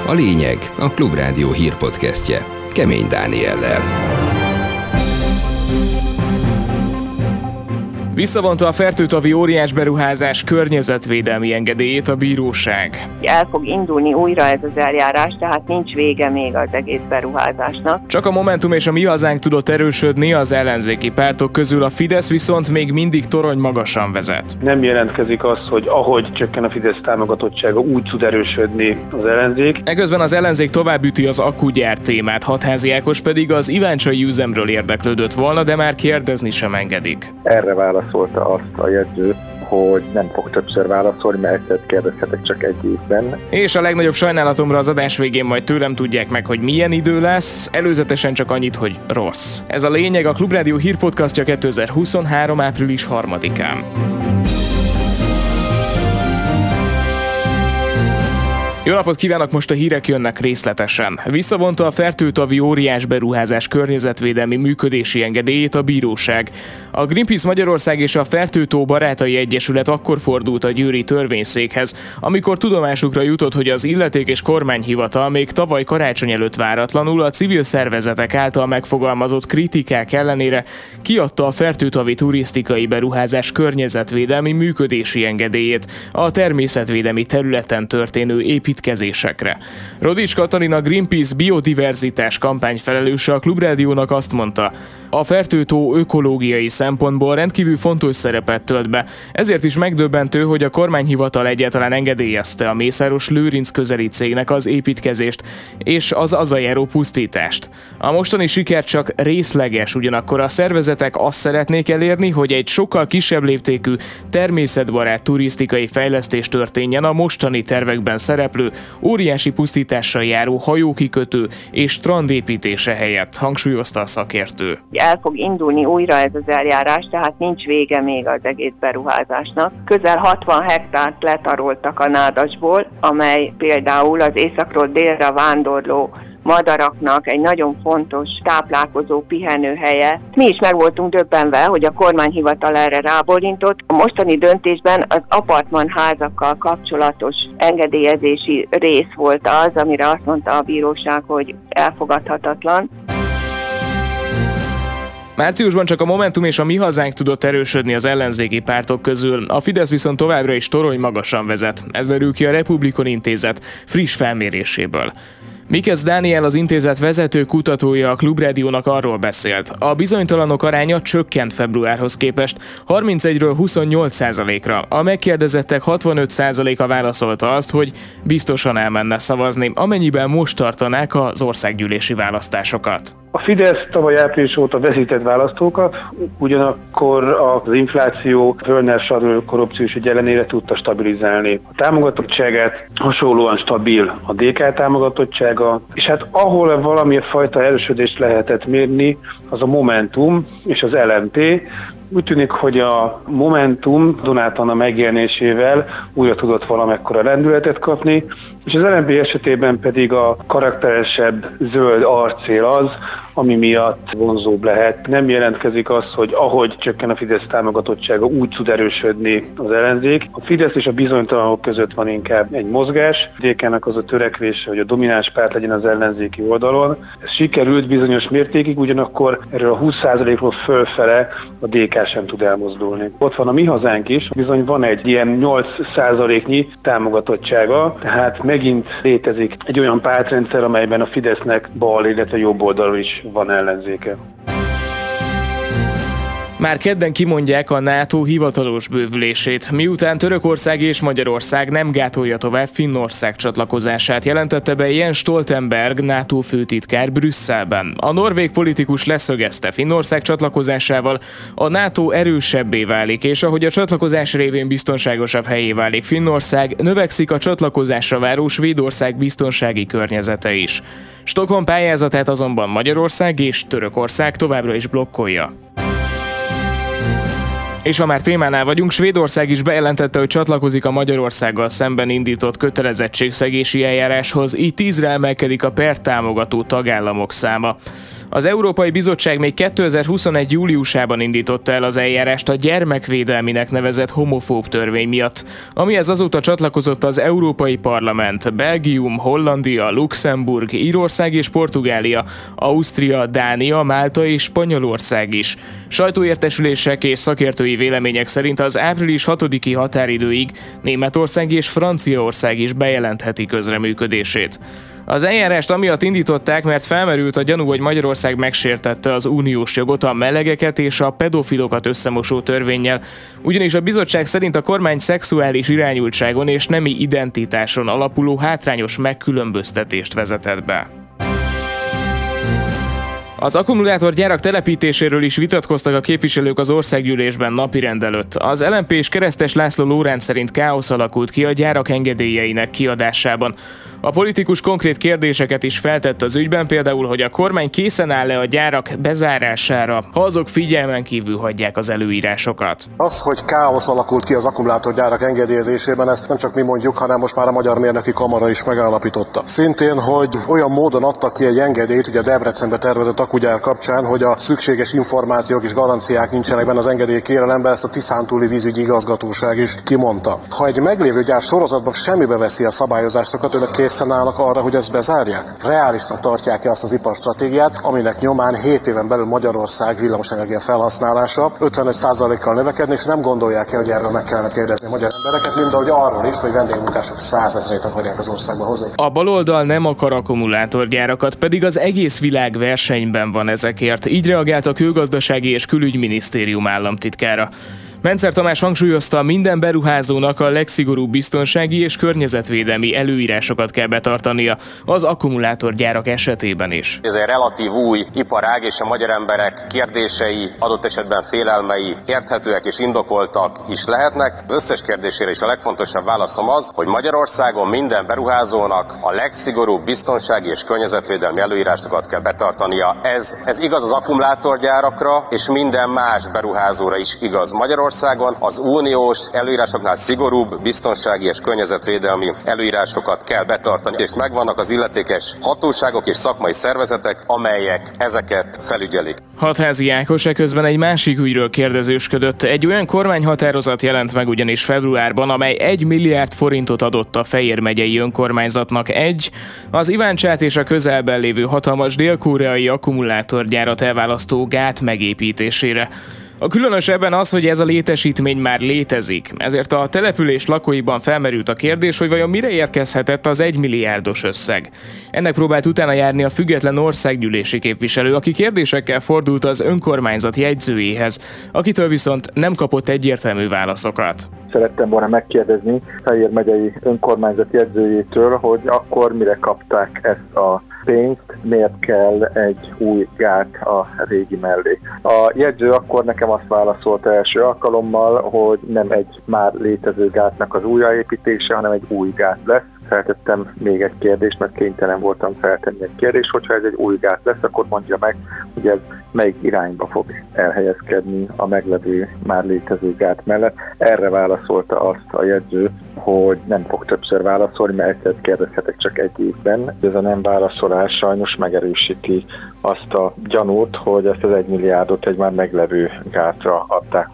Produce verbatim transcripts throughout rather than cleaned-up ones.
A lényeg a Klubrádió hírpodcastje Kemény Dániellel. Visszavonta a fertőtavi óriásberuházás környezetvédelmi engedélyét a bíróság. El fog indulni újra ez az eljárás, tehát nincs vége még az egész beruházásnak. Csak a Momentum és a Mi Hazánk tudott erősödni, az ellenzéki pártok közül a Fidesz viszont még mindig torony magasan vezet. Nem jelentkezik az, hogy ahogy csökken a Fidesz támogatottsága, úgy tud erősödni az ellenzék. Eközben az ellenzék továbbüti az akkugyár témát, Hatházi Ákos pedig az iváncsai üzemről érdeklődött volna, de már kérdezni sem engedik. Erre válaszolta azt a jegyző, hogy nem fog többször válaszolni, mert egyszer kérdezhetek csak egy évben. És a legnagyobb sajnálatomra az adás végén majd tőlem tudják meg, hogy milyen idő lesz, előzetesen csak annyit, hogy rossz. Ez a lényeg, a Klubrádió hírpodcastja kétezer-huszonhárom. április harmadikán. Jó napot kívánok, most a hírek jönnek részletesen. Visszavonta a fertőtavi óriásberuházás környezetvédelmi működési engedélyét a bíróság. A Greenpeace Magyarország és a Fertőtó Barátai Egyesület akkor fordult a győri törvényszékhez, amikor tudomásukra jutott, hogy az illetékes kormányhivatal még tavaly karácsony előtt váratlanul a civil szervezetek által megfogalmazott kritikák ellenére kiadta a fertőtavi turisztikai beruházás környezetvédelmi működési engedélyét a természetvédelmi területen történő építkezésekre. Rodics Katalin, Greenpeace biodiverzitás kampányfelelőse a Klubrádiónak azt mondta, a Fertőtó ökológiai szempontból rendkívül fontos szerepet tölt be, ezért is megdöbbentő, hogy a kormányhivatal egyáltalán engedélyezte a Mészáros Lőrinc közeli cégnek az építkezést és az azzal járó pusztítást. A mostani siker csak részleges, ugyanakkor a szervezetek azt szeretnék elérni, hogy egy sokkal kisebb léptékű, természetbarát turisztikai fejlesztés történjen a mostani tervekben szereplő, óriási pusztítással járó hajókikötő és strandépítése helyett, hangsúlyozta a szakértő. El fog indulni újra ez az eljárás, tehát nincs vége még az egész beruházásnak. Közel hatvan hektárt letaroltak a Nádasból, amely például az északról délre vándorló madaraknak egy nagyon fontos táplálkozó pihenőhelye. Mi is meg voltunk döbbenve, hogy a kormányhivatal erre rábólintott. A mostani döntésben az apartmanházakkal kapcsolatos engedélyezési rész volt az, amire azt mondta a bíróság, hogy elfogadhatatlan. Márciusban csak a Momentum és a Mi Hazánk tudott erősödni az ellenzéki pártok közül, a Fidesz viszont továbbra is torony magasan vezet. Ez derül ki a Republikon Intézet friss felméréséből. Mikesz Dániel, az intézet vezető kutatója a Klubrádiónak arról beszélt. A bizonytalanok aránya csökkent februárhoz képest harmincegyről huszonnyolc százalékra. A megkérdezettek hatvanöt százaléka válaszolta azt, hogy biztosan elmenne szavazni, amennyiben most tartanák az országgyűlési választásokat. A Fidesz tavaly április óta veszített választókat, ugyanakkor az infláció, Völner-Sarló korrupciós ügy ellenére tudta stabilizálni a támogatottságát, hasonlóan stabil a dé ká támogatottsága, és hát ahol valamilyen fajta erősödést lehetett mérni, az a Momentum és az el em té. Úgy tűnik, hogy a Momentum Donát Anna megjelenésével újra tudott valamekkora lendületet kapni, és az el em pé esetében pedig a karakteresebb zöld arcél az, ami miatt vonzóbb lehet. Nem jelentkezik az, hogy ahogy csökken a Fidesz támogatottsága, úgy tud erősödni az ellenzék. A Fidesz és a bizonytalanok között van inkább egy mozgás. A dé ká-nak az a törekvése, hogy a domináns párt legyen az ellenzéki oldalon. Ez sikerült bizonyos mértékig, ugyanakkor erről a húsz százalékról fölfele a dé ká sem tud elmozdulni. Ott van a Mi Hazánk is, bizony van egy ilyen nyolc százaléknyi támogatottsága, tehát megint létezik egy olyan pártrendszer, amelyben a Fidesznek bal, illetve jobb oldalról is van ellenzéke. Már kedden kimondják a NATO hivatalos bővülését, miután Törökország és Magyarország nem gátolja tovább Finnország csatlakozását, jelentette be Jens Stoltenberg, NATO főtitkár Brüsszelben. A norvég politikus leszögezte, Finnország csatlakozásával a NATO erősebbé válik, és ahogy a csatlakozás révén biztonságosabb helyé válik Finnország, növekszik a csatlakozásra váró Svédország biztonsági környezete is. Stockholm pályázatát azonban Magyarország és Törökország továbbra is blokkolja. És ha már témánál vagyunk, Svédország is bejelentette, hogy csatlakozik a Magyarországgal szemben indított kötelezettségszegési eljáráshoz, így tízre emelkedik a pert támogató tagállamok száma. Az Európai Bizottság még kétezer-huszonegy júliusában indította el az eljárást a gyermekvédelminek nevezett homofób törvény miatt, amihez azóta csatlakozott az Európai Parlament, Belgium, Hollandia, Luxemburg, Írország és Portugália, Ausztria, Dánia, Málta és Spanyolország is. Sajtóértesülések és szakértői vélemények szerint az április hatodiki határidőig Németország és Franciaország is bejelentheti közreműködését. Az eljárást amiatt indították, mert felmerült a gyanú, hogy Magyarország megsértette az uniós jogot a melegeket és a pedofilokat összemosó törvénnyel, ugyanis a bizottság szerint a kormány szexuális irányultságon és nemi identitáson alapuló hátrányos megkülönböztetést vezetett be. Az akkumulátorgyárak telepítéséről is vitatkoztak a képviselők az országgyűlésben napirend előtt. Az el em pé és Keresztes László Lóránc szerint káosz alakult ki a gyárak engedélyeinek kiadásában. A politikus konkrét kérdéseket is feltett az ügyben, például, hogy a kormány készen áll-e a gyárak bezárására, ha azok figyelmen kívül hagyják az előírásokat. Az, hogy káosz alakult ki az akkumulátorgyárak engedélyezésében, ezt nem csak mi mondjuk, hanem most már a Magyar Mérnöki Kamara is megállapította. Szintén, hogy olyan módon adtak ki egy engedélyt, ugye a Debrecenbe tervezett akkugyár kapcsán, hogy a szükséges információk és garanciák nincsenek benne az engedélykérelemben, ezt a Tiszántúli vízügyi igazgatóság is kimondta. Ha egy meglévő gyár sorozatban semmibe veszi a szabályozásokat, önök készen állnak arra, hogy ezt bezárják? Reálisnak tartják-e azt az iparstratégiát, aminek nyomán hét éven belül Magyarország villamosenergia felhasználása ötvenöt százalékkal növekedni, és nem gondolják-e, hogy erről meg kellene kérdezni a magyar embereket, mint ahogy arról is, hogy vendégmunkások százezrét akarják az országba hozni. A baloldal nem akar akkumulátorgyárakat, pedig az egész világ versenyben van ezekért, így reagált a Külgazdasági és Külügyminisztérium államtitkára. Mencer Tamás hangsúlyozta, minden beruházónak a legszigorúbb biztonsági és környezetvédelmi előírásokat kell betartania, az akkumulátorgyárak esetében is. Ez egy relatív új iparág, és a magyar emberek kérdései, adott esetben félelmei érthetőek és indokoltak is lehetnek. Az összes kérdésére is a legfontosabb válaszom az, hogy Magyarországon minden beruházónak a legszigorúbb biztonsági és környezetvédelmi előírásokat kell betartania. Ez, ez igaz az akkumulátorgyárakra, és minden más beruházóra is igaz. Magyarországon az uniós előírásoknál szigorúbb biztonsági és környezetvédelmi előírásokat kell betartani, és megvannak az illetékes hatóságok és szakmai szervezetek, amelyek ezeket felügyelik. Hatházi Ákos eközben egy másik ügyről kérdezősködött. Egy olyan kormányhatározat jelent meg ugyanis februárban, amely egy milliárd forintot adott a Fejér megyei önkormányzatnak egy, az Iváncsát és a közelben lévő hatalmas dél-koreai akkumulátorgyárat elválasztó gát megépítésére. A különös ebben az, hogy ez a létesítmény már létezik, ezért a település lakóiban felmerült a kérdés, hogy vajon mire érkezhetett az egymilliárdos összeg. Ennek próbált utána járni a független országgyűlési képviselő, aki kérdésekkel fordult az önkormányzat jegyzőjéhez, akitől viszont nem kapott egyértelmű válaszokat. Szerettem volna megkérdezni Fejér megyei önkormányzat jegyzőjétől, hogy akkor mire kapták ezt a pénzt, miért kell egy új gát a régi mellé. A jegyző akkor nekem azt válaszolta első alkalommal, hogy nem egy már létező gátnak az újraépítése, hanem egy új gát lesz. Feltettem még egy kérdést, mert kénytelen voltam feltenni egy kérdést, hogyha ez egy új gát lesz, akkor mondja meg, hogy ez melyik irányba fog elhelyezkedni a meglevő már létező gát mellett. Erre válaszolta azt a jegyző, hogy nem fog többször válaszolni, mert egyszer kérdezhetek csak egy évben. Ez a nem válaszolás sajnos megerősíti azt a gyanút, hogy ezt az egy milliárdot egy már meglevő gátra adták.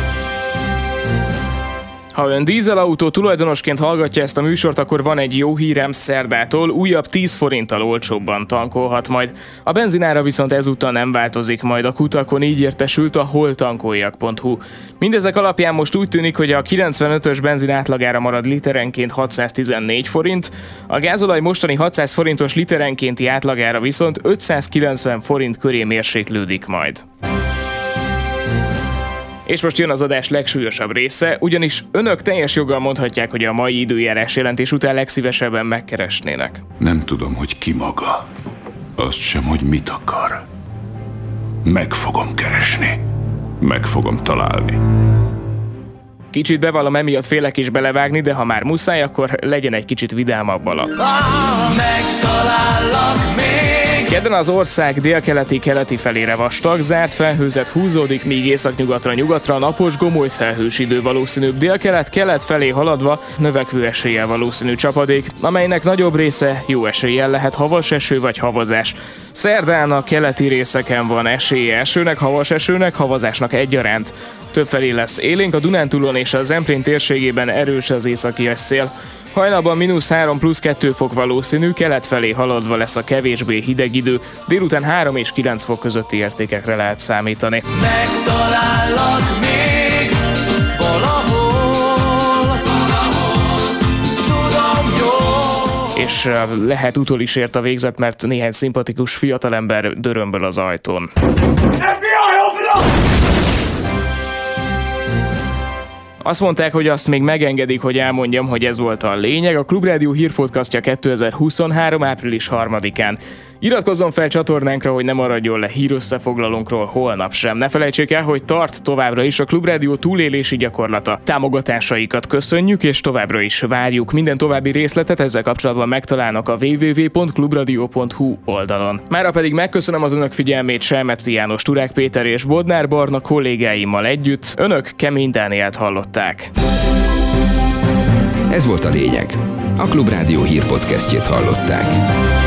Ha ön dízelautó tulajdonosként hallgatja ezt a műsort, akkor van egy jó hírem, szerdától újabb tíz forinttal olcsóbban tankolhat majd. A benzinára viszont ezúttal nem változik majd, a kutakon így értesült a hol tankoljak pont hu. Mindezek alapján most úgy tűnik, hogy a kilencvenötös benzin átlagára marad literenként hatszáztizennégy forint, a gázolaj mostani hatszáz forintos literenkénti átlagára viszont ötszázkilencven forint köré mérséklődik majd. És most jön az adás legsúlyosabb része, ugyanis önök teljes joggal mondhatják, hogy a mai időjárás jelentés után legszívesebben megkeresnének. Nem tudom, hogy ki maga. Azt sem, hogy mit akar. Meg fogom keresni. Meg fogom találni. Kicsit bevallom, emiatt félek is belevágni, de ha már muszáj, akkor legyen egy kicsit vidámabb alap. Ha megtalállak még Kedden az ország délkeleti-keleti felére vastag, zárt felhőzet húzódik, míg északnyugatra nyugatra napos, gomoly felhős idő valószínűbb. Délkelet-kelet felé haladva növekvő eséllyel valószínű csapadék, amelynek nagyobb része jó eséllyel lehet havas eső vagy havazás. Szerdán a keleti részeken van esélye esőnek, havas esőnek, havazásnak egyaránt. Többfelé lesz élénk, a Dunántúlon és a Zemplén térségében erős az északias szél. Hajnalban mínusz három plusz kettő fok valószínű, kelet felé haladva lesz a kevésbé hideg idő, délután három és kilenc fok közötti értékekre lehet számítani. Megtalállak még valahol, valahol, tudom jól. És lehet utol is ért a végzet, mert néhány szimpatikus fiatalember dörömböl az ajtón. Azt mondták, hogy azt még megengedik, hogy elmondjam, hogy ez volt a lényeg. A Klubrádió hírpodcastja kétezer-huszonhárom. április harmadikán. Iratkozzon fel csatornánkra, hogy ne maradjon le hírösszefoglalónkról holnap sem. Ne felejtsék el, hogy tart továbbra is a Klubrádió túlélési gyakorlata. Támogatásaikat köszönjük, és továbbra is várjuk. Minden további részletet ezzel kapcsolatban megtalálnak a double-u double-u double-u pont klubradio pont hu oldalon. Mára pedig megköszönöm az önök figyelmét, Selmeci János, Turák Péter és Bodnár Barna kollégáimmal együtt. Önök Kemény Dánielt hallották. Ez volt a lényeg. A Klubrádió hírpodcastjét hallották.